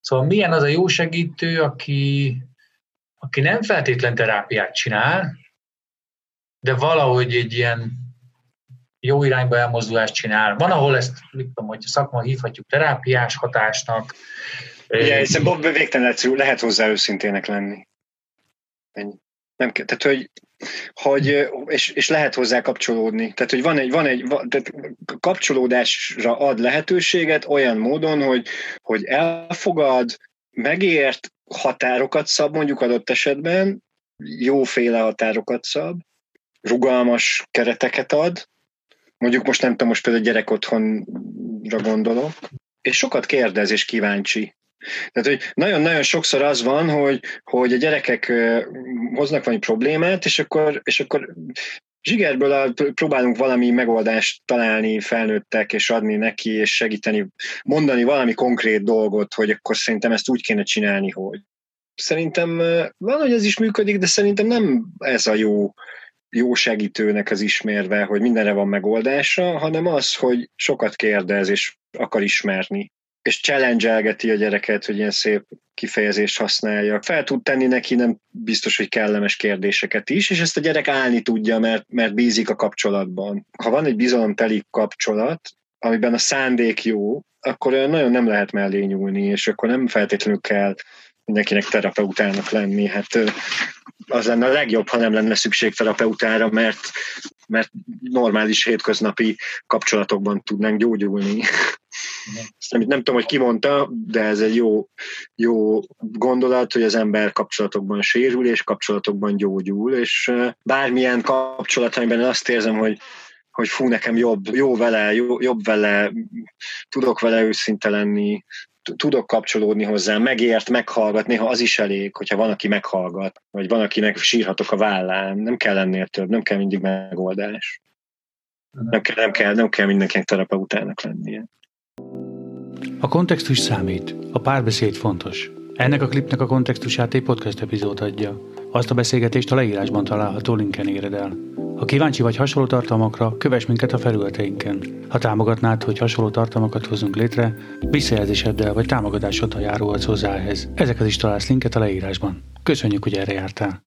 Szóval milyen az a jó segítő, aki nem feltétlen terápiát csinál, de valahogy egy ilyen jó irányba elmozdulást csinál. Van, ahol ezt, mit tudom, hogy a szakma hívhatjuk terápiás hatásnak. Ugye, hiszen végtelen lehet hozzá őszintének lenni. Ennyi. Nem kell, tehát, és lehet hozzá kapcsolódni. Tehát, hogy tehát kapcsolódásra ad lehetőséget olyan módon, hogy elfogad, megért, határokat szab, mondjuk adott esetben, jóféle határokat szab, rugalmas kereteket ad, mondjuk most nem tudom, most például gyerekotthonra gondolok, és sokat kérdez és kíváncsi. Tehát, hogy nagyon-nagyon sokszor az van, hogy a gyerekek hoznak valami problémát, és akkor zsigerből próbálunk valami megoldást találni felnőttek, és adni neki, és segíteni, mondani valami konkrét dolgot, hogy akkor szerintem ezt úgy kéne csinálni, hogy. Szerintem van, hogy ez is működik, de szerintem nem ez a jó segítőnek az ismérve, hogy mindenre van megoldása, hanem az, hogy sokat kérdez, és akar ismerni. És challenge-elgeti a gyereket, hogy ilyen szép kifejezést használja. Fel tud tenni neki nem biztos, hogy kellemes kérdéseket is, és ezt a gyerek állni tudja, mert bízik a kapcsolatban. Ha van egy bizalomteli kapcsolat, amiben a szándék jó, akkor nagyon nem lehet mellé nyúlni, és akkor nem feltétlenül kell mindenkinek terapeutának lenni. Hát az lenne a legjobb, ha nem lenne szükség terapeutára, mert normális hétköznapi kapcsolatokban tudnánk gyógyulni. Nem tudom, hogy ki mondta, de ez egy jó gondolat, hogy az ember kapcsolatokban sérül, és kapcsolatokban gyógyul, és bármilyen kapcsolat, amiben azt érzem, hogy fú, nekem jobb vele, tudok vele őszinte lenni, tudok kapcsolódni hozzá, megért, meghallgat, néha az is elég, hogyha van, aki meghallgat, vagy van, akinek sírhatok a vállán, nem kell ennél több, nem kell mindig megoldás. Nem kell mindenkinek terapeutának lennie. A kontextus számít, a párbeszéd fontos. Ennek a klipnek a kontextusát egy podcast epizód adja. Azt a beszélgetést a leírásban található linken éred el. Ha kíváncsi vagy hasonló tartalmakra, kövess minket a felületeinken. Ha támogatnád, hogy hasonló tartalmakat hozzunk létre, visszajelzéseddel vagy támogatásoddal járulhatsz hozzá ehhez. Ezekhez is találsz linket a leírásban. Köszönjük, hogy erre jártál!